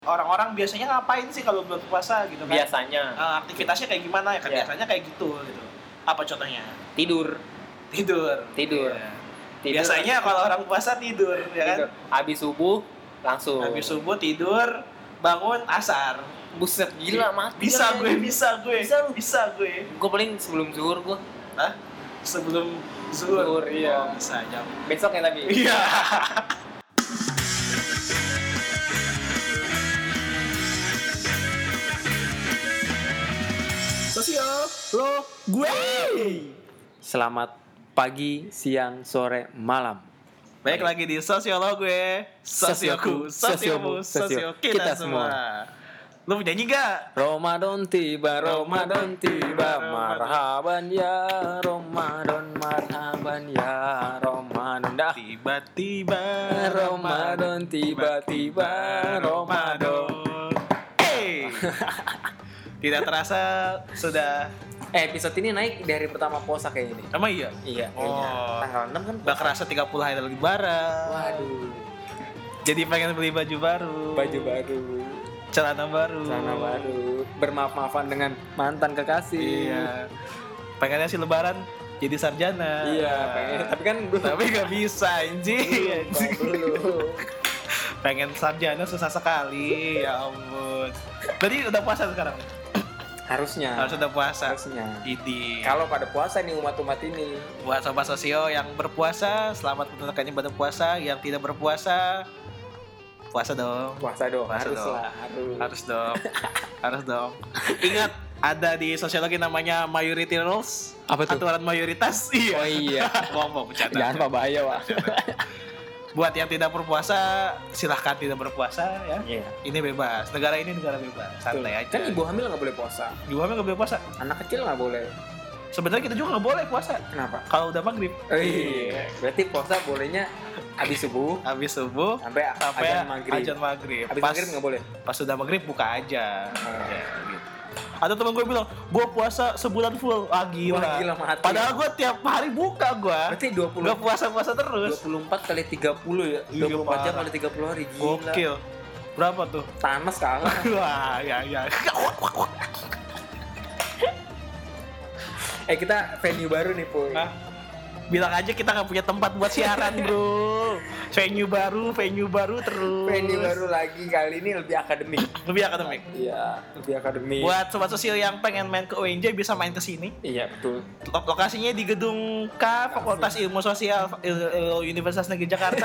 orang-orang biasanya ngapain sih kalau bulan puasa gitu kan? Biasanya Aktivitasnya kayak gimana ya kan? Iya. Biasanya kayak gitu. Apa contohnya? tidur. Tidur. Iya. Tidur. Biasanya kalau orang puasa tidur, ya kan? Tidur. Habis subuh langsung. Habis subuh tidur, bangun asar. Buset, gila mati. Bisa kan, gue. Bisa gue. Gue paling sebelum zuhur gue. Hah? Sebelum zuhur. Zuhur, iya. Oh, bisa jam. Besok ya tapi. Iya. Sosio, lo, gue. Selamat pagi, siang, sore, malam. Baik lagi di sosiolog gue, sosioku, sosiomu, sosio kita semua. Lo mau nyanyi gak? Ramadan tiba, marhaban ya Ramadan, marhaban ya Ramadan. Dah. Tiba-tiba Ramadan, tiba-tiba Ramadan. Tidak terasa sudah. Episode ini naik dari pertama puasa kayak ini. Emang iya? Iya, kayaknya. Oh. Tanggal 6 kan Udah kerasa 30 hari lebaran. Waduh. Jadi pengen beli baju baru. Baju baru, Celana baru. bermaaf-maafan dengan mantan kekasih. Iya. Pengennya sih lebaran jadi sarjana. Iya, pengen. Tapi kan belum. Tapi gak bisa anjing. Belum. Pengen sarjana susah sekali. Ya ampun. Berarti udah puasa sekarang? Harusnya. Harus udah puasa. Harusnya. Idi. Kalau pada puasa nih umat-umat ini. Buat sobat sosio yang berpuasa, selamat menunaikan ibadah puasa. Yang tidak berpuasa, puasa dong. Puasa dong, Puasa harus dong. lah. Harus dong. Harus dong. Ingat, ada di sosiologi namanya majority rules. Apa tuh? Aturan mayoritas. Iya. Oh iya. Ngomong bercanda. Jangan bahaya, Pak. Buat yang tidak berpuasa, silahkan tidak berpuasa ya. Iya. Ini bebas. Negara ini negara bebas. Santai aja. Kan ibu hamil nggak boleh puasa. Ibu hamil nggak boleh puasa. Anak kecil nggak boleh. Sebenarnya kita juga nggak boleh puasa. Kenapa? Kalau udah maghrib. Iya. Berarti puasa bolehnya habis subuh Habis subuh sampai azan maghrib. Azan maghrib. Habis maghrib nggak boleh. Pas sudah maghrib buka aja. Oh. Ya, gitu. Ada teman gue bilang, gue puasa sebulan full. Ah gila. Wah, gila, mati. Padahal gue tiap hari buka gue. Berarti 20. Gak puasa-puasa terus. 24 kali 30 ya. Iya, 24 jam parah. kali 30 hari gila. Gokil. Berapa tuh? Tanas kalah. Wah, ya. Kita venue baru nih, Puy. Hah? Bilang aja kita gak punya tempat buat siaran, bro. Venue baru terus. Venue baru lagi, kali ini lebih akademik. Lebih akademik. Iya, lebih akademik. Buat sobat sosial yang pengen main ke UNJ bisa main ke sini. Iya, betul. Lokasinya di gedung K Fakultas Ilmu Sosial Universitas Negeri Jakarta.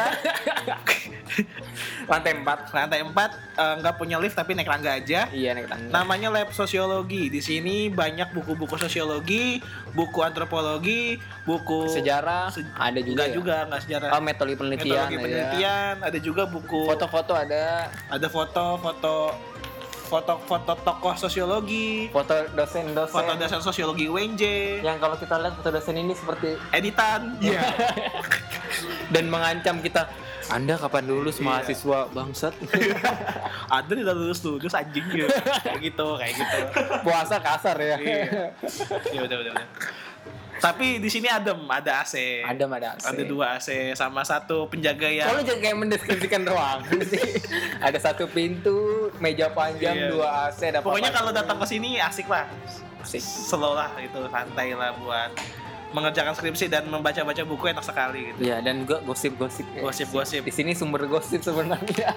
Lantai 4. Lantai 4, nggak punya lift tapi naik tangga aja. Iya, naik tangga. Namanya Lab Sosiologi. Di sini banyak buku-buku sosiologi, buku antropologi, buku Sejarah ada juga. nggak sejarah. Oh, metode penelitian. Metodologi penelitian, ada juga buku. Foto-foto ada. Ada foto tokoh sosiologi, Foto dosen-dosen. foto dasar sosiologi UNJ, Yang kalau kita lihat foto dosen ini seperti editan. Iya. dan mengancam kita. Anda kapan lulus Iya. mahasiswa bangsat? Ada udah lulus anjing gitu. kayak gitu. Puasa kasar ya. Iya. Ya udah. Tapi di sini adem, ada AC. Ada AC. Ada 2 AC sama satu penjaga yang. Kalau jangan kayak mendeskripsikan ruangan sih. Ada satu pintu, meja panjang, Iya. 2 AC, ada Pokoknya papan kalau tulis. datang ke sini asik lah. Asik. Slow lah itu, santai lah buat mengerjakan skripsi dan membaca-baca buku enak sekali gitu. Iya, dan juga gosip-gosip. Gosip-gosip. Di sini sumber gosip sebenarnya.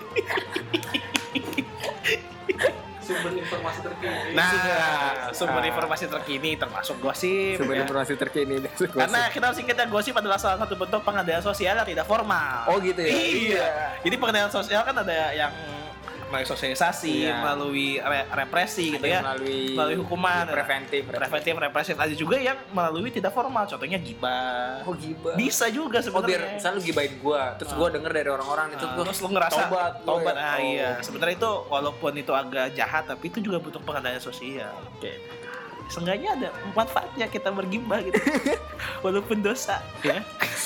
Sumber informasi terkini. Nah, sumber informasi terkini termasuk gosip. Sumber ya. informasi terkini. Gosip. Karena kita harus ingat ya, gosip adalah salah satu bentuk pengadaan sosial yang tidak formal. Oh gitu ya? Iya. Jadi pengadaan sosial kan ada yang melalui sosialisasi, Iya. melalui represi gitu ya. melalui hukuman, preventif. represif. Ada juga yang melalui tidak formal, contohnya gibah. Oh gibah. Bisa juga Oh biar sebenarnya. misalnya lu gibahin gua, terus gua denger dari orang-orang itu gua Terus lu ngerasa tobat. Ah, Oh. iya. Sebenarnya itu walaupun itu agak jahat tapi itu juga bentuk pengadaan sosial. Oke. Seenggaknya ada manfaatnya kita bergibah gitu. Walaupun dosa ya.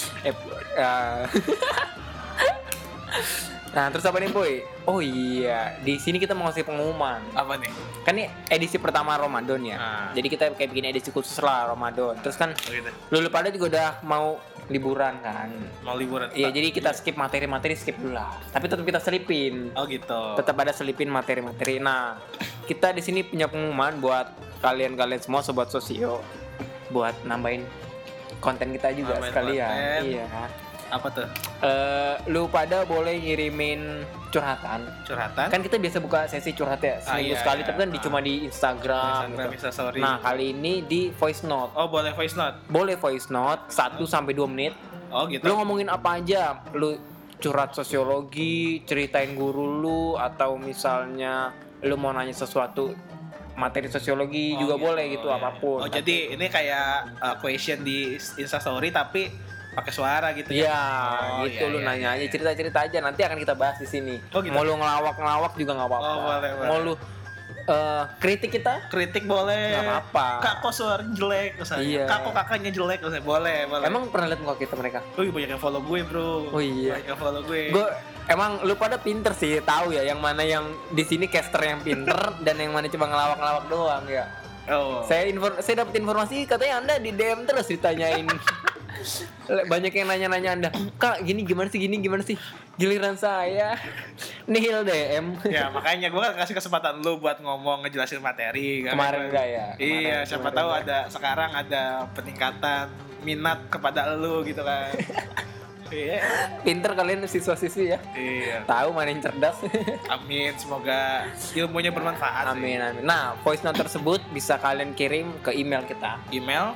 Nah, terus apa nih, Boy? Oh iya, di sini kita mau ngasih pengumuman. Apa nih? Kan ini edisi pertama Ramadan ya. Ah. Jadi kita kayak bikin edisi khusus lah Ramadan. Terus kan Gitu. lu pada juga udah mau liburan kan. Mau liburan. Iya, jadi kita skip materi-materi skip dulu lah. Tapi tetap kita selipin. Oh gitu. Tetap ada selipin materi-materi. Nah, kita di sini punya pengumuman buat kalian-kalian semua sobat sosio buat nambahin konten kita juga Nambahin sekalian. konten. Iya. Apa tuh? Lu pada boleh ngirimin curhatan. Curhatan? Kan kita biasa buka sesi curhat ya seminggu iya, sekali, iya. tapi kan cuma di Instagram. Instagram, gitu. Instastory. Nah, kali ini di voice note. Oh, boleh voice note. Boleh voice note 1 sampai 2 menit. Oh gitu. Lu ngomongin apa aja? Lu curhat sosiologi, ceritain guru lu, atau misalnya lu mau nanya sesuatu materi sosiologi juga boleh gitu, ya. apapun. Oh, jadi ini kayak question di Instastory tapi pakai suara gitu Iya, Oh, gitu iya, lu iya, nanya iya. aja cerita-cerita aja, nanti akan kita bahas di sini. Oh, gitu? Mau lu ngelawak juga nggak apa-apa. Oh, boleh. Mau lu kritik kita Kritik boleh. nggak apa-apa. Kak kok suaranya jelek misalnya. Iya. Kak kok kakaknya jelek misalnya. Boleh. Emang pernah lihat muka kita mereka? Wih, banyak yang follow gue, Bro. Oh, iya. Banyak yang follow gue. Gue emang lu pada pinter sih, tahu ya yang mana yang di sini caster yang pinter dan yang mana cuma ngelawak-ngelawak doang ya. Oh. Saya dapat informasi katanya Anda di DM terus ditanyain. Banyak yang nanya-nanya Anda, Kak gini gimana sih? Giliran saya nihil DM. Ya, makanya gue kan kasih kesempatan lu buat ngomong ngejelasin materi kan. Kemarin enggak ya? Iya, siapa Kemarin tahu enggak. sekarang ada peningkatan minat kepada lu gitu kan. Iya. Pinter kalian siswa-siswi ya. Iya. Tahu mana yang cerdas. Amin, semoga ilmunya bermanfaat. Amin. Nah, voice note tersebut bisa kalian kirim ke email kita. Email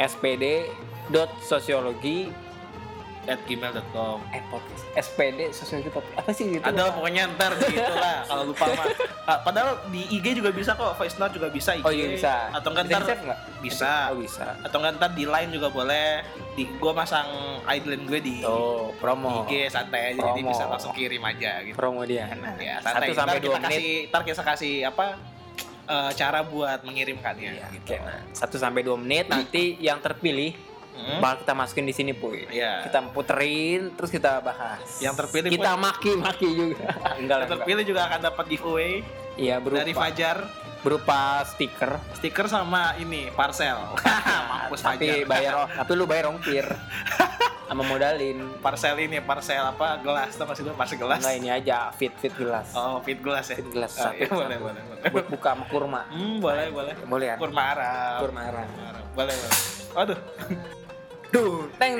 spd.sosiologi@podcast SPD sosiologi apa sih gitu? ada pokoknya ntar gitu lah kalau lupa mah. Padahal di IG juga bisa kok, voice note juga bisa IG. Oh iya bisa. Atau enggak Bisa ntar di-save nggak? bisa. Oh bisa. Atau enggak ntar di line juga boleh. Gua masang idlen gue di Tuh, promo. IG santai aja, jadi Promo. bisa langsung kirim aja gitu. Promo dia. Ya, 1 santai. sampai 2 Ntar menit. kita kasih apa cara buat mengirimkannya Iya, gitu. oke. Nah, 1 sampai 2 menit nanti yang terpilih bakal kita masukin di sini Puy. Iya. Kita puterin terus kita bahas. Yang terpilih kita pun- maki juga. Enggak lah. Yang enggak. terpilih juga akan dapat giveaway Iya, dari Fajar, berupa stiker. stiker sama ini parcel. Mampus Tapi Fajar. tapi lu bayar ongkir. Sama modalin. Parcel apa gelas tuh masih dulu parcel gelas. Enggak ini aja fit gelas. Oh, fit gelas ya. Fit gelas Oh, iya, satu. boleh. Buat buka sama kurma. Boleh. Boleh ya? Kurma Arab. Kurma Arab. Boleh. Aduh. Duh, neng.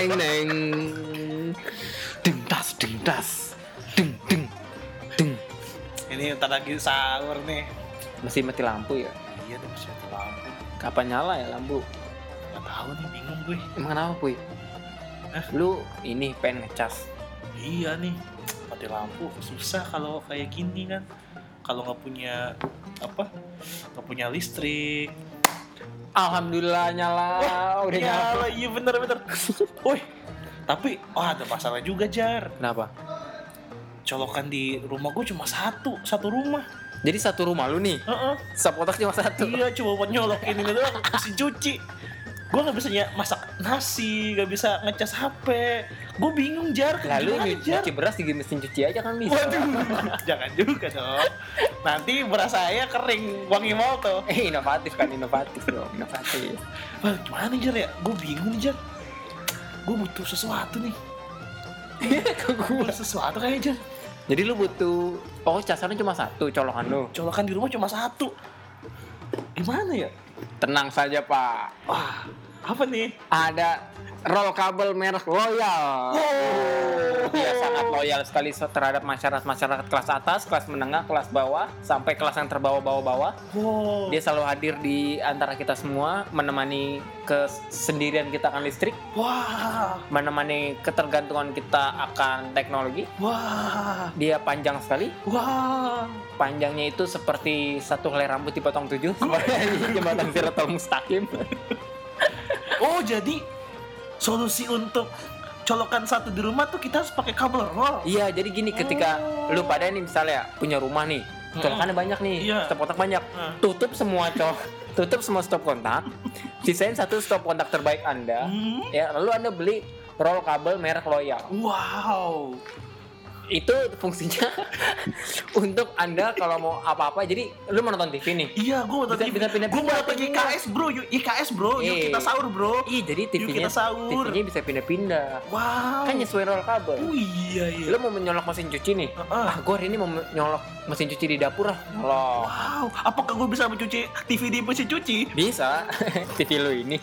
Ding das. Ding. Ini ntar lagi sahur nih. Mesti mati lampu ya. Iya, tuh masih ada lampu. Kapan nyala ya lampu? Gak tahu nih, bingung gue. Emang kenapa, Puy? Lu ini pengen ngecas. Iya nih, mati lampu susah kalau kayak gini kan. Kalau nggak punya listrik. Alhamdulillah nyala. Udah nyala. Iya bener. Woi, tapi ada masalah juga Jar. Kenapa? Colokan di rumah gue cuma satu rumah. Jadi satu rumah lu nih. Heeh. Sepotak cuma satu. Iya, cuma buat nyolokin ini doang, mesin cuci. Gue nggak bisa masak nasi, nggak bisa ngecas HP. Gue bingung Jar. Lalu gimana, Jar? nyuci beras di mesin cuci aja kan bisa. Waduh, jangan juga dong. Nanti beras saya kering, wangi molto. Inovatif dong, inovatif. Wah, gimana Jar ya? Gue bingung Jar. Gue butuh sesuatu nih. Gue butuh sesuatu kayaknya Jar. Jadi lu butuh, casannya cuma satu colokan lu. Colokan di rumah cuma satu. Gimana ya? Tenang saja Pak. Wah, apa nih? Ada roll kabel merek Loyal. Dia sangat loyal sekali terhadap masyarakat kelas atas, kelas menengah, kelas bawah, sampai kelas yang terbawah-bawah. Wow. Dia selalu hadir di antara kita semua, menemani kesendirian kita akan listrik, Wah. menemani ketergantungan kita akan teknologi. Wah. Dia panjang sekali. Wah. Panjangnya itu seperti satu helai rambut dipotong 7 seperti jembatan Siratal Mustaqim. Oh, jadi solusi untuk colokan satu di rumah tuh kita harus pakai kabel roll. Iya, jadi gini ketika lu pada nih misalnya punya rumah nih, colokannya banyak nih, Iya. stop kontak banyak. Tutup semua stop kontak. Sisain satu stop kontak terbaik Anda. Ya, lalu Anda beli roll kabel merek Loyal. Wow. Itu fungsinya untuk Anda kalau mau apa-apa. Jadi lu mau nonton TV nih. Iya, gue mau nonton TV. Bisa pindah-pindah Gue mau nonton TV-nya. IKS bro, IKS bro, yuk kita sahur bro. Iya, jadi Yuk kita sahur. TV-nya bisa pindah-pindah. Wow. Kan nyesuai roll kabel. Oh iya iya. Lu mau menyolok mesin cuci nih. Heeh. Gue hari ini mau nyolok mesin cuci di dapur lah. Nyolok. Wow, apakah gue bisa mencuci TV di mesin cuci? Bisa. TV lu ini.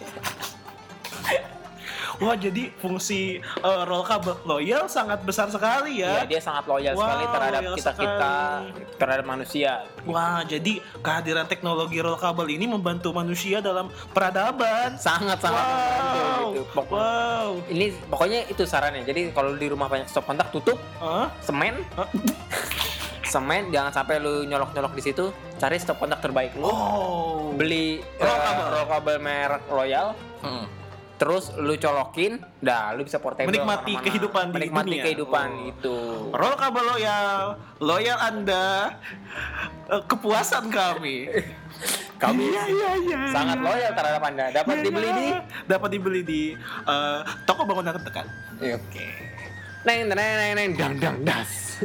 Wah, jadi fungsi roll kabel loyal sangat besar sekali Iya, ya. dia sangat loyal Wow, sekali terhadap loyal kita sekali. terhadap manusia. Wah, jadi kehadiran teknologi roll kabel ini membantu manusia dalam peradaban. Sangat membantu gitu. Wow. Ini pokoknya itu sarannya. Jadi kalau di rumah banyak stop kontak, tutup Hah? semen. Hah? Semen, jangan sampai lu nyolok-nyolok di situ. Cari stop kontak terbaik lu. Oh. Beli Roll kabel. merek Royal. Terus lu colokin, dah lu bisa portable Menikmati kemana-mana. kehidupan di menikmati dunia. kehidupan Oh. itu. Roll kabel loyal Anda, kepuasan kami. Kami Iya. sangat loyal terhadap Anda. Dapat dibeli di toko bangunan terdekat. Oke. Neng dang das.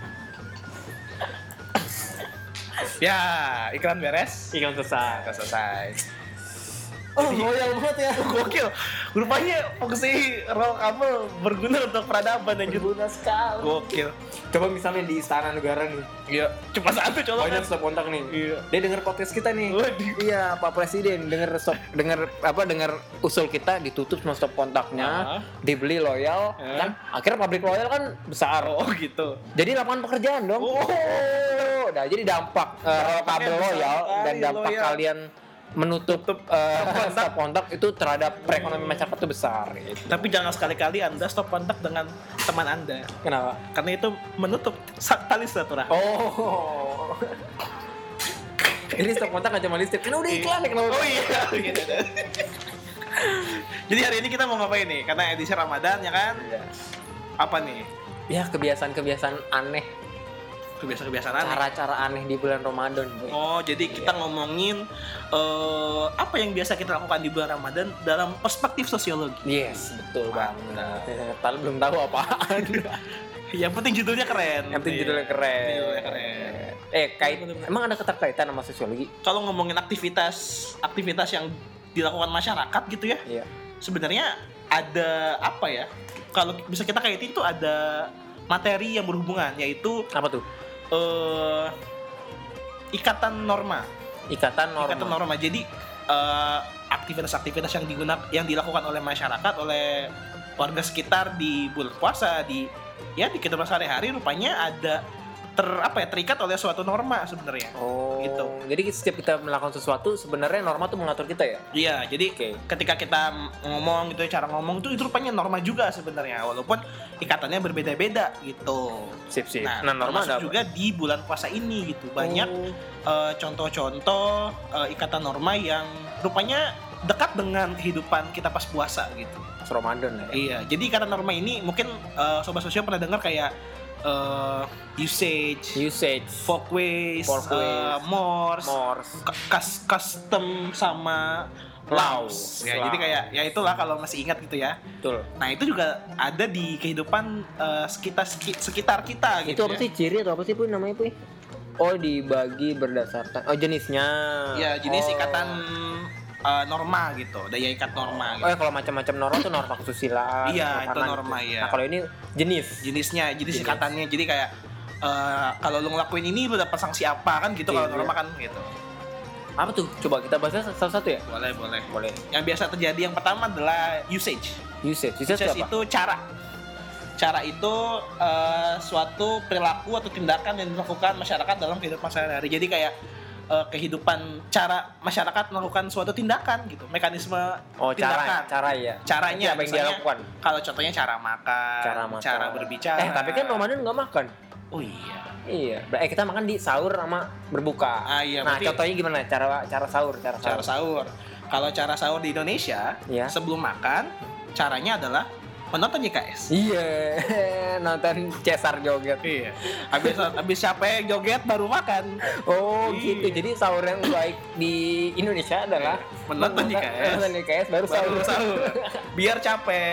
Ya, iklan beres. Iklan selesai. Udah selesai. Oh, loyal banget ya. Gokil. Rupanya fungsi roll kabel berguna untuk peradaban anjir. Berguna sekali. Gokil. Coba misalnya di istana negara nih. Iya, cuma satu colokan. Banyak stop kontak nih. Iya. Dia denger podcast kita nih. Waduh. Iya, Pak Presiden denger usul kita, ditutup semua stop kontaknya, dibeli loyal, kan? Akhirnya pabrik loyal kan besar. Oh, gitu. Jadi lapangan pekerjaan dong. Oh. Nah, jadi dampak kabel besar loyal sekali, dan dampak loyal. kalian menutup stop kontak itu terhadap perekonomian masyarakat itu besar. Gitu. Tapi jangan sekali-kali Anda stop kontak dengan teman Anda. Kenapa? Karena itu menutup tali silaturahmi. Oh. Ini stop kontak nggak cuma listrik, kan udah iklan ya kenapa? Oh iya. Jadi hari ini kita mau ngapain nih? Karena edisi Ramadan ya kan? Iya. Apa nih? Ya kebiasaan-kebiasaan aneh, Kebiasaan-kebiasaan aneh. cara-cara aneh di bulan Ramadan. Boy. Oh, jadi kita ngomongin apa yang biasa kita lakukan di bulan Ramadan dalam perspektif sosiologi. Yes, betul Mantap. banget. Tal belum tahu apaan. Yang penting judulnya keren. Yang penting judulnya keren. Judulnya keren. Emang ada keterkaitan sama sosiologi? Kalau ngomongin aktivitas yang dilakukan masyarakat gitu ya, Iya. sebenarnya ada apa ya? Kalau bisa kita kaitin itu ada materi yang berhubungan, yaitu Apa tuh? ikatan norma. Ikatan norma. Jadi aktivitas-aktivitas yang dilakukan oleh masyarakat, oleh warga sekitar di bulan puasa, di kehidupan sehari-hari rupanya ada terikat oleh suatu norma sebenarnya. Oh, Gitu. Jadi setiap kita melakukan sesuatu sebenarnya norma tuh mengatur kita ya? Iya, jadi Oke. ketika kita ngomong gitu, cara ngomong itu rupanya norma juga sebenarnya, walaupun ikatannya berbeda-beda gitu. Sip. Nah, norma termasuk ada juga di bulan puasa ini gitu. Banyak contoh-contoh ikatan norma yang rupanya dekat dengan kehidupan kita pas puasa gitu. Ramadan ya. Iya, jadi ikatan norma ini mungkin sobat sosial pernah dengar kayak usage, folkways, Morse, custom sama laws. Ya, jadi kayak ya itulah kalau masih ingat gitu ya. Betul. Nah, itu juga ada di kehidupan sekitar kita Itu gitu. apa sih ciri atau apa sih Puy namanya Puy? Oh, dibagi berdasarkan jenisnya. Ya, jenis Oh. ikatan norma gitu, daya ikat norma gitu. Oh ya, kalau macam-macam norma tuh norma kesusilaan. Iya, itu makanan norma, gitu. iya. Nah, kalau ini jenis. jenis Jenis. ikatannya, jadi kayak kalau lu ngelakuin ini lu dapat sanksi apa kan gitu. Iya, Kalau norma kan gitu. Apa tuh? Coba kita bahasnya satu-satu ya? Boleh. Yang biasa terjadi yang pertama adalah usage. Usage Usage apa? itu cara itu suatu perilaku atau tindakan yang dilakukan masyarakat dalam kehidupan sehari-hari. Jadi kayak kehidupan, cara masyarakat melakukan suatu tindakan gitu, mekanisme tindakan. Caranya apa yang dia misalnya, lakukan? kalau contohnya cara makan, cara berbicara. Tapi kan Ramadan nggak makan. Oh iya. Iya. Kita makan di sahur sama berbuka. Iya, Nah, berarti- contohnya gimana? Cara sahur. Cara sahur. Kalau cara sahur di Indonesia, Iya. sebelum makan, caranya adalah menonton YKS. Iya, nonton Cesar joget. Iya. Habis capek joget baru makan. Oh, Iya. gitu. Jadi sahur yang baik di Indonesia adalah Menonton YKS. Nonton YKS baru Baru sahur. sahur. Biar capek.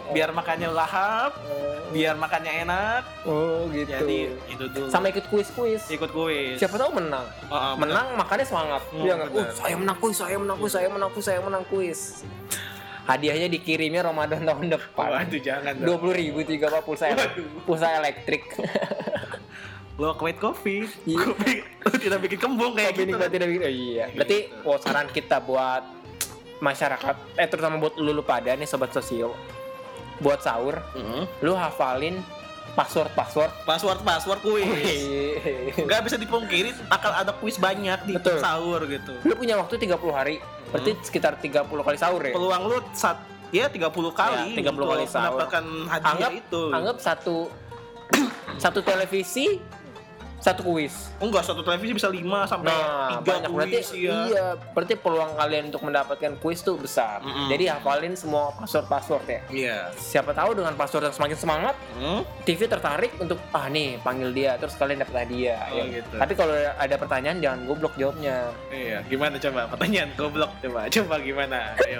biar makannya lahap, biar makannya enak. Oh gitu. Jadi itu dulu. Sama ikut kuis-kuis. Ikut kuis. Siapa tahu menang. Menang makannya semangat. Dia nggak, benar. saya menang kuis, saya menang kuis. Hadiahnya dikirimnya Ramadan tahun depan. Waduh, jangan dong. 20.000 3 pulsa pulsa elektrik. Lo white coffee. Iya. Kopi lo tidak bikin kembung kayak Tapi gitu. nikmat tidak bikin. Oh, iya. Berarti saran kita buat masyarakat, terutama buat lu pada nih sobat sosial, buat sahur, lu hafalin password. Password kuis. Nggak bisa dipungkiri akan ada kuis banyak di Betul. sahur gitu. Lu punya waktu 30 hari, berarti sekitar 30 kali sahur ya. Peluang lu 30 kali. Ya, 30 kali untuk sahur. mendapatkan hadiah itu. Anggap satu televisi, satu kuis. Enggak, satu televisi bisa 5 sampai 3 banyak berarti. kuis ya. Iya, berarti peluang kalian untuk mendapatkan kuis tuh besar. Jadi hafalin semua password ya. Iya. Siapa tahu dengan password yang semakin semangat, TV tertarik untuk nih panggil dia, terus kalian dapat hadiah. Oh, gitu. Tapi kalau ada pertanyaan jangan goblok jawabnya. Iya, gimana coba? Pertanyaan goblok coba gimana? Ayo.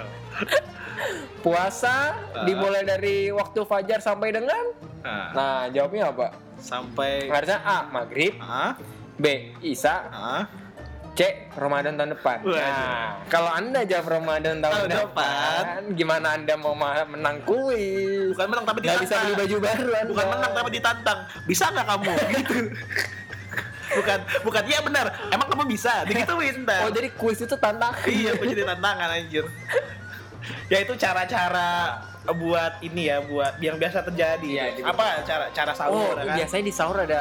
Puasa dimulai dari waktu fajar sampai dengan? Nah, Nah, jawabnya apa? sampai Harusnya A. Maghrib, B. Isya, C. Ramadan tahun depan. Waduh. Nah, kalau Anda jawab Ramadan tahun Tahun depan, gimana Anda mau menang kuis? bukan menang tapi Nggak ditantang. bisa beli baju baru Anda. Bukan menang tapi ditantang. Bisa nggak kamu? Gitu. Bukan iya benar. Emang kamu bisa? Digituin ntar. Oh, jadi kuis itu tantangan. Iya, aku jadi tantangan anjir. Ya itu cara-cara buat ini ya, buat yang biasa terjadi. Iya, gitu. Apa cara sahur kan? biasanya di sahur ada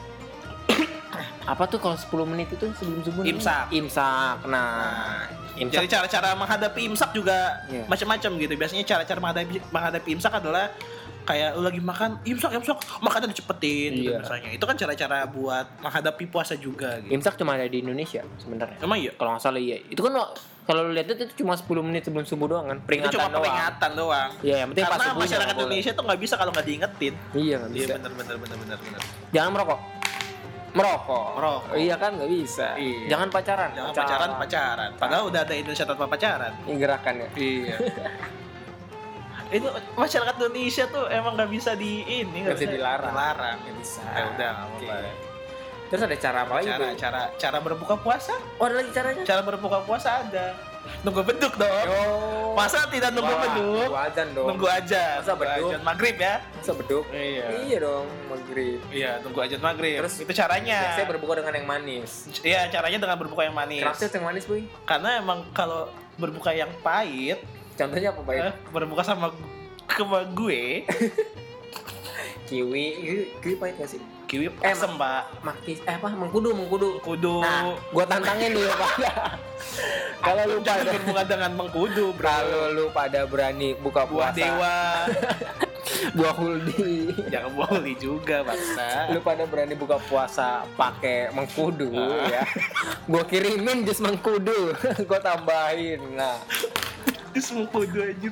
apa tuh kalau 10 menit itu sebelum subuh? Imsak. Imsak. Nah, Jadi cara-cara menghadapi imsak juga Iya. macam-macam gitu. Biasanya cara-cara menghadapi imsak adalah kayak lu lagi makan imsak makannya dicepetin gitu Iya. misalnya. Itu kan cara-cara buat menghadapi puasa juga gitu. Imsak cuma ada di Indonesia sebenarnya. Emang iya? Kalau nggak salah iya. Itu kan kalau lu lihat itu cuma 10 menit sebelum subuh doang kan. Peringatan Itu cuma doang. peringatan doang. Iya, yang penting pas Karena subuhnya masyarakat nggak boleh. Indonesia tuh nggak bisa kalau nggak diingetin. Iya nggak Iya bisa. benar. Jangan merokok. Merokok. Iya kan nggak bisa. Iya. Jangan pacaran. Jangan pacaran. Padahal udah ada Indonesia tanpa pacaran. Ini gerakan ya. Iya. Itu masyarakat Indonesia tuh emang nggak bisa Nggak bisa dilarang. Nggak bisa. Ya udah nggak apa-apa. Terus ada cara apa lagi tuh? Cara berbuka puasa? Oh, ada lagi caranya? Cara berbuka puasa ada. Nunggu beduk dong. Oh. Masa tidak nunggu beduk? Nunggu azan dong. Nunggu aja. Masa beduk? Azan maghrib ya? Masa beduk? Iya. Iya dong, maghrib. Iya, tunggu azan maghrib. Terus itu caranya. Saya berbuka dengan yang manis. Iya, caranya dengan berbuka yang manis. Kenapa sih yang manis, Boy? Karena emang kalau berbuka yang pahit, Contohnya apa, Boy? berbuka sama gue, Kiwi pahit gak sih? kiwi asem, Pak. Mengkudu. Kudu. Nah, gua tantangin nih pada. Kalau lu Jangan pada berbuka dengan mengkudu, bro. kalau lu pada berani buka Buah puasa, dewa. buah huldi. Jangan boleh juga, bangsa. Lu pada berani buka puasa pakai mengkudu ya. Gua kirimin jus mengkudu, gua tambahin. Nah, Terus mengkudu anjir.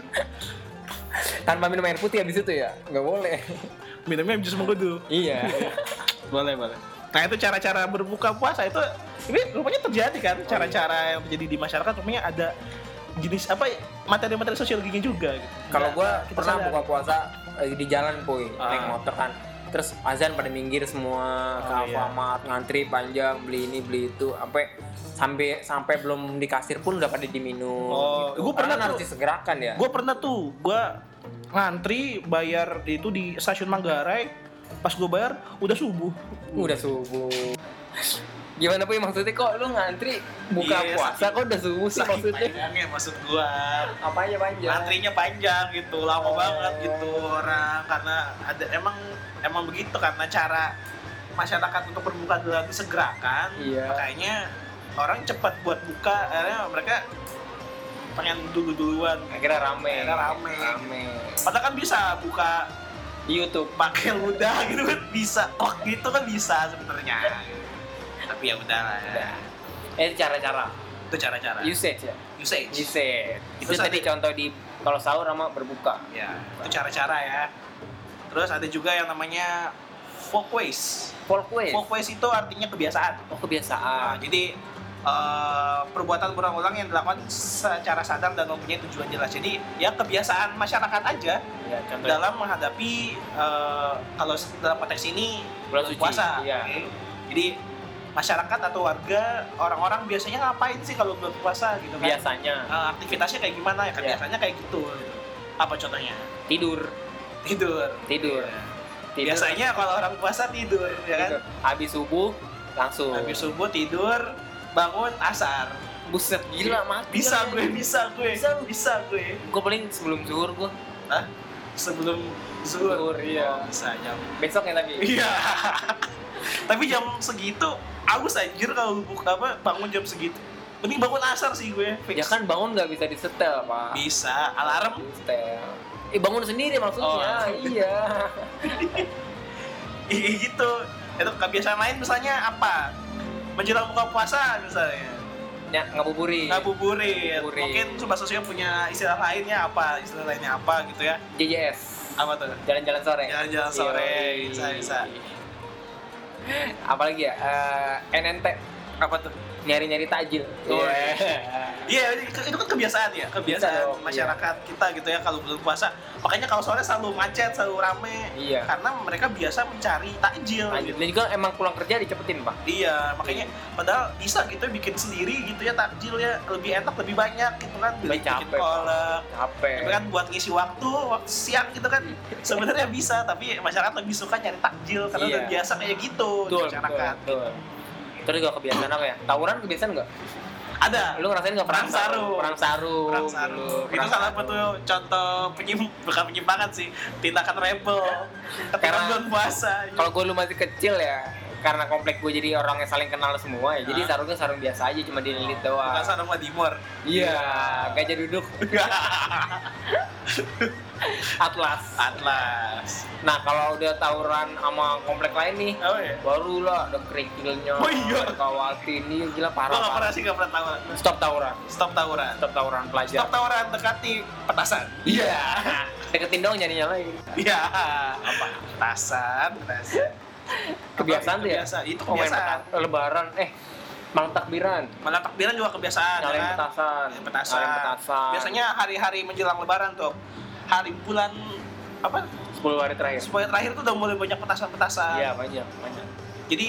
tanpa minum air putih habis itu ya? Nggak boleh. Minumnya jus mengkudu. Iya. Boleh. Nah, itu cara-cara berbuka puasa itu ini rupanya terjadi kan, cara-cara yang terjadi di masyarakat rupanya ada jenis apa materi-materi sosial gini juga gitu. Kalau gua Kita pernah sadar. buka puasa di jalan, Boy, naik Ah. motor kan. Terus azan pada minggir semua ke Oh, iya. Alfamart, ngantri panjang, beli ini beli itu, sampai belum di kasir pun udah pada diminum. Oh, gitu. gua pernah Karena harus tuh. disegerakan ya. Gue pernah tuh, gue ngantri bayar itu di stasiun Manggarai. Pas gue bayar udah subuh. Udah subuh. Gimana, Boy, maksudnya kok lu ngantri buka Iya, puasa kok udah subuh sih Saking maksudnya? panjangnya maksud gue. Apa aja panjang? Antrinya panjang gitu, lama Oh. banget gitu orang karena ada emang begitu karena cara masyarakat untuk berbuka adalah disegerakan. Iya. Makanya orang cepat buat buka, akhirnya mereka pengen duluan. Akhirnya rame. Padahal kan bisa buka Di YouTube. pakai ludah gitu kan bisa, gitu kan bisa sebenarnya. Tapi ya udahlah ya. Cara-cara. Itu cara-cara. Usage ya. Usage. Itu Terus tadi contoh di kalau sahur sama berbuka. Ya, itu cara-cara ya. Terus ada juga yang namanya folkways. Folkways. Folkways itu artinya kebiasaan. Oh, kebiasaan. Nah, jadi perbuatan berulang-ulang yang dilakukan secara sadar dan mempunyai tujuan jelas. Jadi ya kebiasaan masyarakat aja Ya, contohnya dalam menghadapi kalau dalam konteks ini bulan suci. puasa. Iya. Oke. Jadi masyarakat atau warga orang-orang biasanya ngapain sih kalau bulan puasa gitu kan? Biasanya Aktivitasnya kayak gimana ya? Kan Iya. biasanya kayak gitu. Apa contohnya? tidur. Tidur. Tidur. Biasanya kalau orang puasa tidur, ya kan? Tidur. Habis subuh langsung. Habis subuh tidur, bangun asar. Buset gila mati. Bisa kan? gue, bisa gue, Bisa. bisa gue. Gue paling sebelum zuhur gue. Hah? Sebelum zuhur. Zuhur, iya. Bisa jam. Besok ya tapi. Iya. Tapi jam segitu, aus anjir kalau bangun jam segitu. Mending bangun asar sih gue. Fix. Ya kan bangun nggak bisa disetel pak. Bisa, alarm. Disetel. Bangun sendiri maksudnya. Oh. Iya. Gitu. Itu kebiasaan lain misalnya apa? Menjelang buka puasa misalnya. Ya ngabuburit. Ngabuburit. Ngabuburit. Mungkin Sobat Sosio punya istilah lainnya apa? Istilah lainnya apa gitu ya? JJS. Apa tuh? Jalan-jalan sore. Jalan-jalan sore. Yoi. Bisa. Apalagi ya? NNT. Apa tuh? Nyari-nyari takjil. Oh, Iya. Iya, itu kan kebiasaan ya, kebiasaan Bisa dong, masyarakat kita gitu ya kalau belum puasa. Makanya kalau sore selalu macet, selalu rame. Iya. Karena mereka biasa mencari takjil. Lanjut. Gitu. Dan juga emang pulang kerja dicepetin pak. Iya, makanya padahal bisa gitu bikin sendiri gitu ya takjil ya, lebih enak, lebih banyak gitu kan. Lebih Bikin capek, kolak. Capek. Tapi kan buat ngisi waktu siang gitu kan sebenarnya bisa, tapi masyarakat lebih suka nyari takjil karena Iya. udah biasa kayak gitu di Betul, masyarakat. betul. Terus juga kebiasaan apa ya? Tawuran kebiasaan nggak? Ada. Lu ngerasain nggak Perang sarung. Perang sarung. Perang sarung. dulu. Itu Perang salah sarung. satu contoh bukan penyimpangan sih, tindakan rebel ketika Karena- bulan puasa. Kalau gue lu masih kecil ya, karena komplek gue jadi orang yang saling kenal semua ya. Jadi Hah? sarungnya sarung biasa aja, cuma dililit doang. Bukan sarung Wadimor. Iya, gajah duduk Atlas. Atlas. Nah kalau udah tawuran sama komplek lain nih, Oh iya. barulah ada kerikilnya. Oh iya. Kawati ini gila Gua parah. nggak pernah parah. sih, nggak pernah tawuran. Stop tawuran. Stop tawuran. Stop tawuran pelajar. Stop tawuran dekati petasan. Iya. Deketin dong nyanyinya lagi. Iya. Apa? Petasan. Kebiasaan tuh ya. Kebiasaan. Itu Oh, main kebiasaan. Lebaran, malam takbiran. Malah takbiran juga kebiasaan. Nyalain ya kan? petasan. Nyalain petasan. Nyalain petasan. Biasanya hari-hari menjelang Lebaran tuh, hari bulan apa? 10 hari terakhir. Supaya terakhir tuh udah mulai banyak petasan-petasan. Iya, banyak. Jadi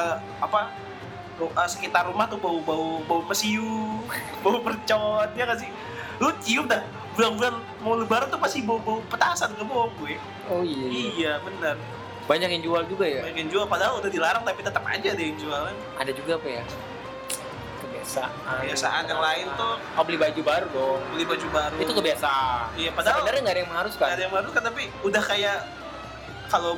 sekitar rumah tuh bau mesiu, bau percot, ya nggak sih? Lu cium dah, bulan-bulan mau Lebaran tuh pasti bau petasan, nggak bohong gue. Oh iya. Iya benar. Banyak yang jual juga ya. Banyak yang jual, padahal udah dilarang tapi tetap aja ada yang jualan. Ada juga apa ya? Kebiasaan yang lain tuh Oh, beli baju baru dong. beli baju baru. Itu kebiasaan. Iya, padahal Sebenarnya nggak ada yang nggak mengharuskan. ada yang baru kan, tapi udah kayak kalau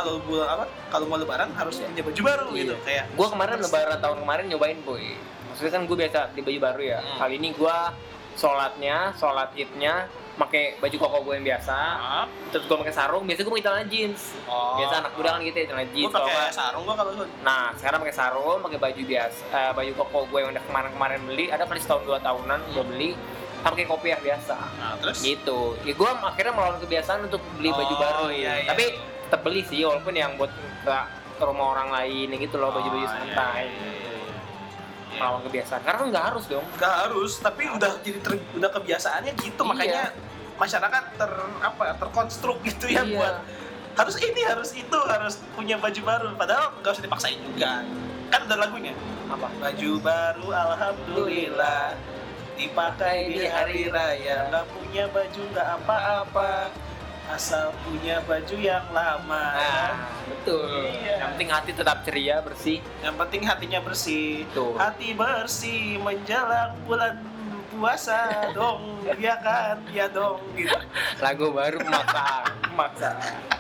mau Lebaran harus Iya. punya baju baru Iya. gitu kayak. Gue kemarin lebaran tahun kemarin nyobain boy. Maksudnya kan gue biasa di baju baru ya. Hmm. Kali ini gue sholat idnya pakai baju koko gue yang biasa. Ah, Terus gue pakai sarung. Biasa gue pakai celana jeans. oh. Biasa anak muda kan gitu ya celana Gue jeans. Kalau pakai nggak- sarung gua kalau Nah sekarang pakai sarung, pakai baju biasa, baju koko gue yang udah kemarin beli. Ada kali setahun 2 tahunan gue beli. Pakai kopiah biasa. nah, terus Gitu. Ya gue akhirnya melawan kebiasaan untuk beli baju Oh, baru. iya, iya. Tapi tetap beli sih, walaupun yang buat nggak ke rumah orang lain gitu loh, baju-baju Oh, santai. iya. Melawan kebiasaan. Karena kan nggak harus dong. Nggak harus, tapi udah jadi udah kebiasaannya gitu, Iya. makanya masyarakat terkonstruk gitu ya Iya. buat harus ini, harus itu, harus punya baju baru. Padahal nggak usah dipaksain juga. Kan ada lagunya. Apa? Baju baru alhamdulillah dipakai di hari raya. Nggak punya baju nggak apa-apa, asal punya baju yang lama. Nah, betul. Iya. Yang penting hati tetap ceria, bersih. Yang penting hatinya bersih. Tuh. Hati bersih menjelang bulan puasa dong, ya kan, ya dong gitu. Lagu baru memaksa.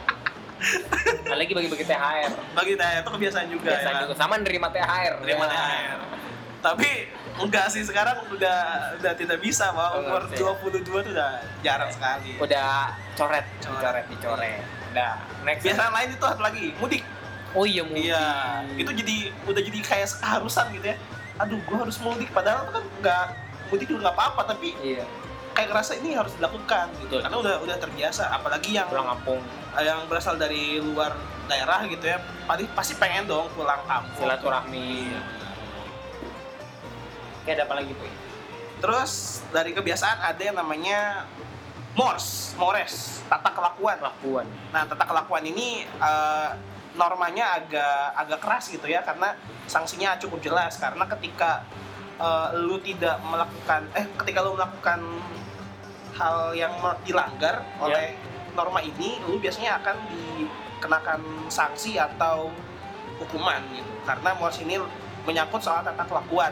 Ada lagi bagi-bagi THR. Bagi saya itu kebiasaan juga. Biasa ya. juga sama nerima THR. Terima THR. Tapi enggak sih, sekarang udah tidak bisa, bahwa Oh, umur ngerti. 22 tuh udah jarang sekali. Udah Coret. dicoret. Udah, next. Kebiasaan lain itu apa lagi? Mudik. Oh iya mudik. Iya, itu udah jadi kayak keharusan gitu ya. Aduh, gua harus mudik, padahal kan enggak, mudik juga nggak apa-apa, tapi Iya. kayak ngerasa ini harus dilakukan gitu. Betul. Karena udah terbiasa, apalagi yang Pulang kampung, berasal dari luar daerah gitu ya, pasti pengen dong pulang kampung. silaturahmi. Oke, ada apa lagi Boy? Terus dari kebiasaan ada yang namanya mores, tata kelakuan. Kelakuan. Nah, tata kelakuan ini normanya agak keras gitu ya, karena sanksinya cukup jelas. Karena ketika lu melakukan hal yang dilanggar oleh norma ini, lu biasanya akan dikenakan sanksi atau hukuman gitu. Karena mores ini menyangkut soal tata kelakuan.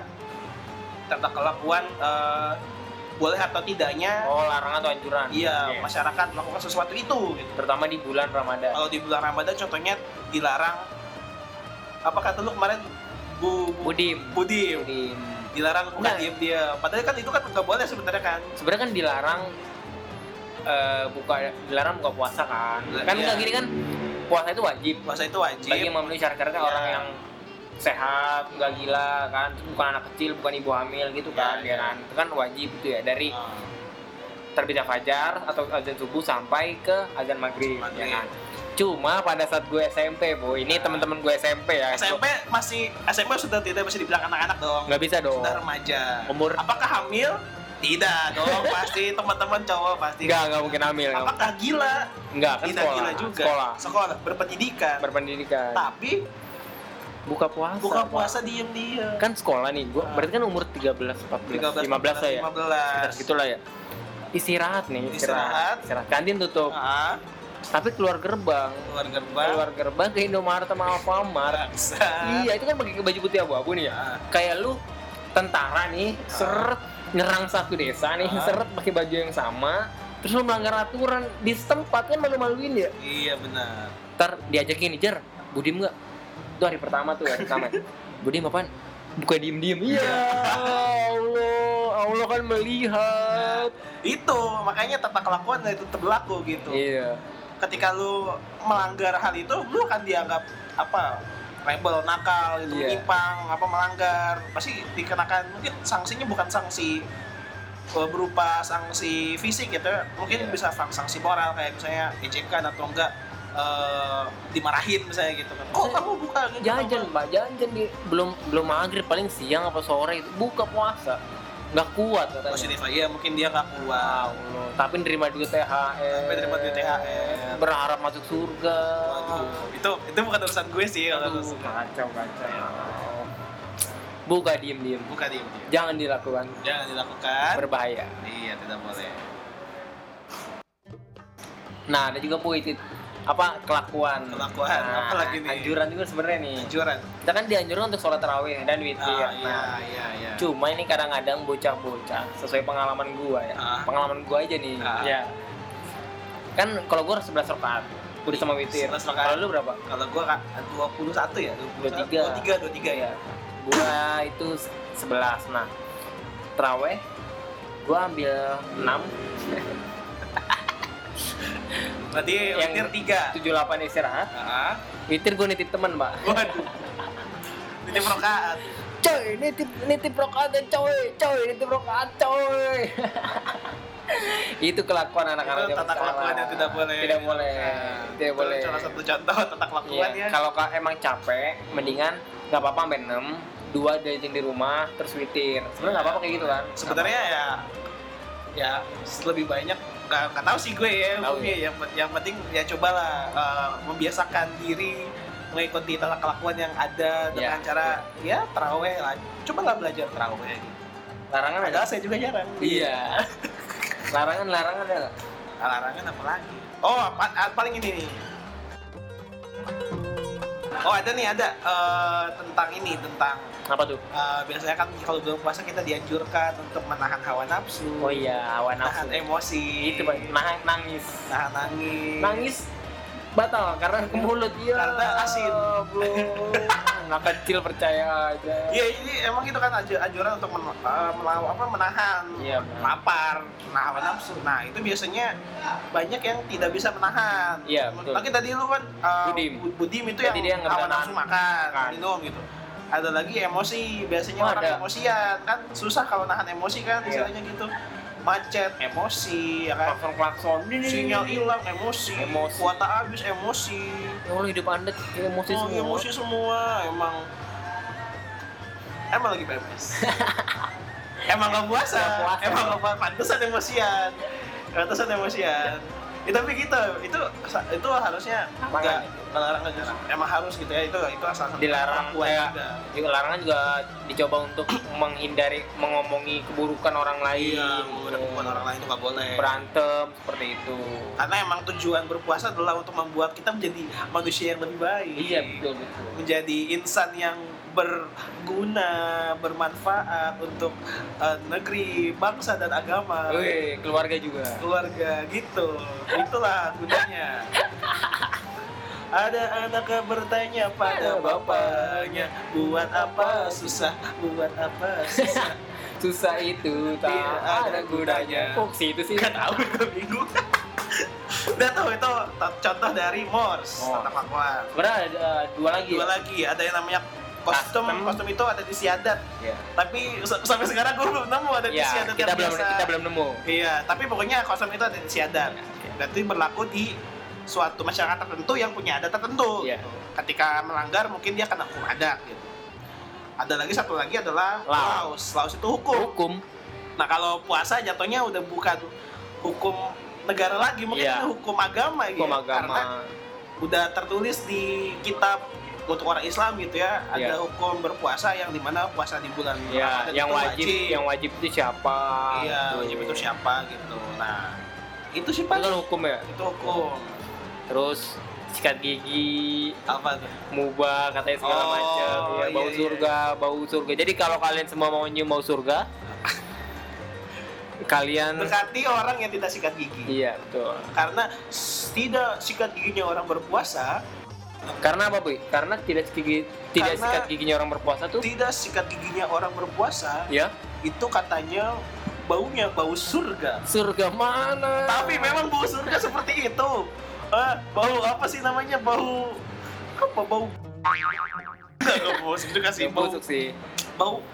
Boleh atau tidaknya Larangan atau anjuran. iya, Yes. masyarakat melakukan sesuatu itu gitu. Terutama di bulan Ramadan. Kalau di bulan Ramadan contohnya dilarang, apa kata lu kemarin, Budim. dilarang bukan Nah. diam-diam. Padahal kan itu kan nggak boleh sebenarnya kan. Sebenarnya kan dilarang buka puasa kan. Kan Iya. nggak gini kan, puasa itu wajib Puasa itu wajib. bagi yang memenuhi syarat-syaratnya Iya. orang yang sehat, nggak gila kan, bukan anak kecil, bukan ibu hamil gitu kan, Iya, ya iya. kan. Itu kan wajib itu ya, dari Ah, terbitnya fajar atau azan subuh sampai ke azan maghrib, Maghrib. ya kan. Cuma pada saat gue SMP, Boy, ini teman-teman gue SMP ya. SMP sudah tidak bisa dibilang anak-anak dong. Nggak bisa dong. Sudah remaja. Umur Apakah hamil? Tidak dong, pasti teman-teman cowok pasti. nggak mungkin hamil. Apakah gila? Nggak, kan Tidak sekolah. gila juga. Sekolah, berpendidikan. berpendidikan. Tapi Buka puasa. buka Pak. puasa diem-diem. Kan sekolah nih, gue berarti kan umur 13, 14, 15 lah ya. 15. Gitulah ya. Istirahat nih, Istirahat. Kantin tutup. Ah, Tapi keluar gerbang. keluar gerbang. Ke Indomaret sama Alfamart. Bangsa. Iya, itu kan pakai baju putih abu-abu nih ya. Ah. Kayak lu tentara nih, seret nyerang satu desa nih, Ah. seret pakai baju yang sama, terus lu melanggar aturan di setempat, kan malu-maluin ya. Iya benar. Ntar diajakin nih, Jar, Budim nggak? Itu hari pertama tuh, hari pertama. Budim apaan? Buka diem-diem. Iya, Allah kan melihat. Itu makanya tata kelakuan itu berlaku gitu. Iya. Ketika lu melanggar hal itu, lu akan dianggap apa? Rebel, nakal, itu Iya. menyimpang, apa melanggar, pasti dikenakan. Mungkin sanksinya bukan sanksi berupa sanksi fisik gitu ya. Mungkin Iya. bisa sanksi moral kayak misalnya ejekan atau enggak dimarahin misalnya gitu kan. Kok kamu buka gitu? Jajan, Mbak, jajan di belum maghrib, paling siang apa sore itu buka puasa. Nggak kuat katanya. Positif aja, ya, mungkin dia nggak kuat. Allah, tapi nerima duit THR. Tapi nerima duit THR. Berharap masuk surga. Waduh, itu bukan urusan gue sih kalau Aduh, urusan. kacau. Buka diem-diem. Buka diem. Jangan dilakukan. Jangan dilakukan. Berbahaya. Iya, tidak boleh. Nah, ada juga itu kelakuan. Kelakuan, Nah, apa lagi nih? Anjuran juga sebenarnya nih. Anjuran. Kita kan dianjurkan untuk sholat tarawih dan witir. Nah, Iya. cuma ini kadang-kadang bocah-bocah sesuai pengalaman gua ya. Ah. Pengalaman gua aja nih. Ah. Ya. Kan kalau gua 11 rakaat, udah sama witir. 11 rakaat. Kalau lu berapa? Kalau gua 21 ya, 23 ya. Gua itu 11. Nah, tarawih gua ambil 6. Berarti witir 3. 78 istirahat. Heeh. Witir gua nitip teman, Mbak. Waduh. Ini rakaat. Coy, nitip rakaat coy, nitip rakaat coy. Itu kelakuan anak-anak Itu tata kelakuan yang tidak boleh. Tidak boleh. Tidak Itu boleh. Salah satu contoh tata kelakuan Iya, ya. kalau emang capek, mendingan nggak apa-apa sampai 6, 2 jajan di rumah, terus witir. Sebenarnya nggak apa-apa kayak gitu kan. Sebenarnya ya lebih banyak nggak tahu sih gue ya, Tahu umumnya yang penting ya cobalah membiasakan diri mengikuti tata kelakuan yang ada dengan Iya. cara ya taraweh lah. Coba nggak belajar taraweh gitu. Larangan ada? Padahal saya juga jarang. Iya. Larangan ada nggak? Larangan apa lagi? Oh, paling ini nih. Oh, ada tentang Apa tuh? biasanya kan kalau belum puasa kita dianjurkan untuk menahan hawa nafsu. Oh iya, hawa Nahan nafsu. emosi. Itu Bang, nangis. Nahan nangis. Nangis batal karena ke mulut ya. Karena asin. Belum. Anak kecil percaya aja. Iya, ini emang itu kan anjuran untuk menahan Iya, lapar, menahan hawa nafsu. Nah, itu biasanya banyak yang tidak bisa menahan. Iya, betul. Lagi tadi lu kan Budim itu Berarti dia yang nggak hawa bisa nafsu makan. makan, minum gitu. Ada lagi emosi, biasanya Oh, orang ada. emosian kan susah kalau nahan emosi kan Iya. istilahnya gitu. Macet, emosi, ya kan. Klakson. Sinyal hilang, emosi. Emosi. Kuota habis, emosi. Ya Allah, hidup Anda kayak emosi Oh, semua. emosi semua emang. Emang lagi PMS. Emang nggak puasa. Nggak puasa. Emang nggak puasa. Pantesan emosian. Tapi gitu, itu harusnya nggak larangan justru. Emang harus gitu ya, itu asal Dilarang kayak larangan juga dicoba untuk mengomongi keburukan orang lain. Iya, bukan orang lain itu nggak boleh. Berantem seperti itu. Karena emang tujuan berpuasa adalah untuk membuat kita menjadi manusia yang lebih baik. Iya, betul. Menjadi insan yang berguna, bermanfaat untuk negeri, bangsa dan agama. Wih, keluarga juga. Keluarga gitu. Itulah gunanya. Ada anak yang bertanya pada bapaknya, buat apa susah, buat apa susah. Susah itu tak Tidak ada gunanya. Kok sih itu sih? Gak tahu, gue bingung. Udah tahu itu contoh dari Morse, tata fakwa. Sebenarnya ada dua lagi. Ada yang namanya kostum itu ada di Siadat. Iya. Tapi sampai sekarang gue belum nemu ada di Ya, Siadat kita yang biasa. kita belum nemu. Iya, tapi pokoknya kostum itu ada di Siadat. Berarti berlaku di suatu masyarakat tertentu yang punya adat tertentu. Iya. Ketika melanggar mungkin dia kena hukum adat gitu. Ada lagi satu lagi adalah Laos. Laos itu hukum. Hukum. Nah, kalau puasa jatuhnya udah bukan hukum negara lagi, mungkin Iya. itu hukum agama Hukum ya. agama. Karena udah tertulis di kitab untuk orang Islam gitu ya, ada Iya. hukum berpuasa yang dimana puasa di bulan Ya, Ramadan yang itu wajib itu siapa? iya, Tuh. wajib itu siapa gitu. Nah, itu sih Itu paling kan hukum ya. itu hukum. Terus sikat gigi, Apa tuh? mubah katanya segala Oh, macam. Ya, bau iya, surga, bau surga. Jadi kalau kalian semua mau nyium bau surga, kalian Dekati orang yang tidak sikat gigi. iya, betul. Karena tidak sikat giginya orang berpuasa, Karena apa, Bu? Karena tidak Karena- sikat giginya orang berpuasa tuh. tidak sikat giginya orang berpuasa, Ya, itu katanya baunya bau surga. surga mana? Tapi memang bau surga seperti itu. Bau apa sih namanya? Bau apa? Bau enggak bau itu kasih Yang bau busuk sih. bau.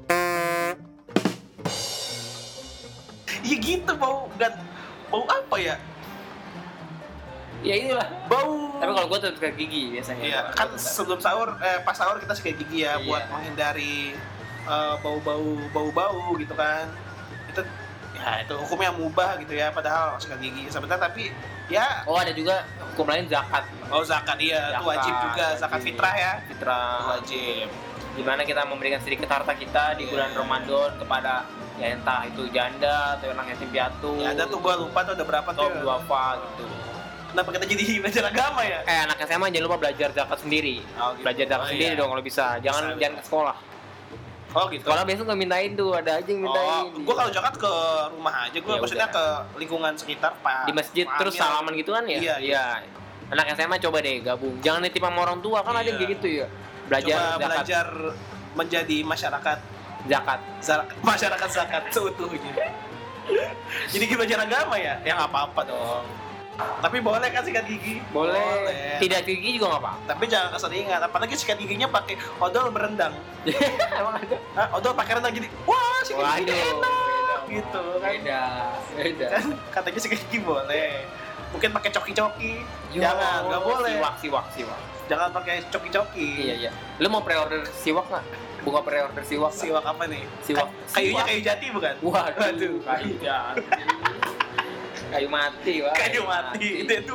Iya gitu bau bau apa ya? Ya inilah. Bau. Tapi kalau gua tetap sikat gigi biasanya. Iya, kan sebelum sahur, pas sahur kita sikat gigi ya, Iya. buat menghindari bau-bau gitu kan. Itu hukumnya mubah gitu ya, padahal sikat gigi sebentar, tapi ya Oh, ada juga hukum lain zakat. zakat iya, itu wajib juga, zakat fitrah ya. Fitrah. Wajib. Dimana kita memberikan sedikit harta kita di bulan Ramadan kepada ya entah itu janda atau anak yatim piatu. Ya ada tuh gua lupa tuh ada berapa atau tuh. duafa gitu. Kenapa kita jadi belajar agama ya? Anak SMA jangan lupa belajar zakat sendiri. Oh, gitu. Belajar zakat Oh, sendiri iya. dong kalau bisa. Jangan Bisa. ke sekolah. Oh gitu. Sekolah biasa nggak mintain tuh, ada aja yang mintain. Gua kalau zakat ke rumah aja, gua Ya maksudnya udah. ke lingkungan sekitar Pak. Di masjid terus salaman gitu kan ya? Iya, Iya. Anak SMA coba deh gabung. Jangan nitip sama orang tua kan ada yang Iya. kayak gitu ya. Belajar Coba zakat. belajar menjadi masyarakat Zakat. masyarakat zakat seutuhnya. Jadi kita belajar agama ya? Ya nggak apa-apa dong. Tapi boleh kan sikat gigi? Boleh. Tidak gigi juga nggak apa. Tapi jangan keseringan. Apalagi sikat giginya pakai odol berendang. Emang ada? Odol pakai rendang jadi, wah sikat giginya Waduh, enak beda. gitu kan. Beda. Kan katanya sikat gigi boleh. Mungkin pakai coki-coki. Jangan, nggak boleh. Siwak. Jangan pakai coki-coki. Iya. Lu mau pre-order siwak nggak? Buka pre-order siwak. nggak? Siwak apa nih? Siwak. Kayunya Siwak. kayu jati bukan? Waduh, kayu jati. Kayu mati, wah. Kayu mati. Itu.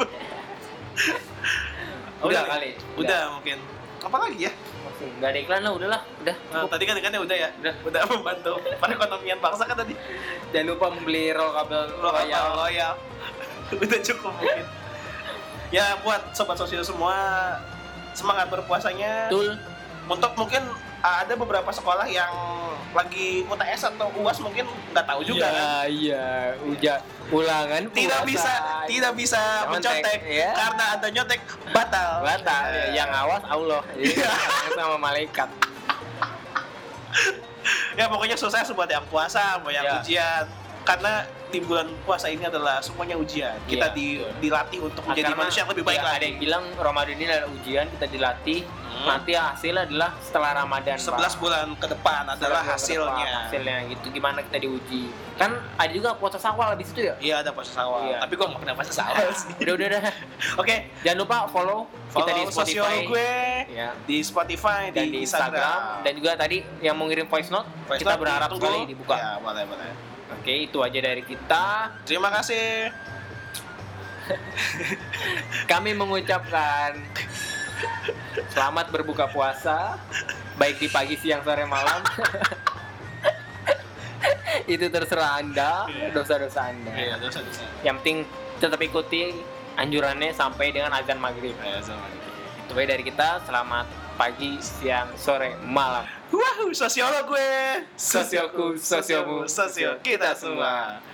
Udah kali. Udah mungkin. Apa lagi ya? Enggak ada iklan lah, udahlah. Udah. Nah, tadi kan ikannya udah ya? Udah. Membantu perekonomian bangsa kan tadi. Jangan lupa membeli roll kabel royal. Loyal. Udah cukup mungkin. Ya buat sobat sosial semua, semangat berpuasanya. Betul. Untuk mungkin ada beberapa sekolah yang lagi UTS atau UAS mungkin nggak tahu juga kan. Iya. Ulangan Tidak puasa. bisa mencontek ya. karena ada nyontek batal. Batal. Yang awas Allah. Iya. Sama malaikat. Ya pokoknya sukses buat yang puasa, buat yang Ya. ujian. Karena di bulan puasa ini adalah semuanya ujian. Kita Iya, betul. dilatih untuk menjadi Karena manusia yang lebih baik ya, lagi. ada yang bilang Ramadan ini adalah ujian, kita dilatih Nanti hasilnya adalah setelah Ramadan. 11 Pak. bulan ke depan adalah 11 bulan ke depan, hasilnya gitu. Gimana kita diuji? Kan ada juga puasa Syawal habis itu ya? Iya, ada puasa Syawal. Iya. Tapi gua nggak pernah puasa Syawal sih. Udah. Oke, Jangan lupa follow kita di follow sosial Spotify. gue Ya. di Spotify, Dan di Instagram. Dan juga tadi yang mau ngirim voice note, Voice kita note berharap ditunggu. sekali dibuka. Ya, boleh. Oke, itu aja dari kita. Terima kasih. Kami mengucapkan selamat berbuka puasa, baik di pagi, siang, sore, malam. Itu terserah Anda, dosa-dosa Anda. Iya, dosa. Yang penting tetap ikuti anjurannya sampai dengan azan maghrib. Itu aja dari kita. Selamat pagi, siang, sore, malam. Wah, sosiolog gue. Sosioku, sosiomu, sosio kita semua.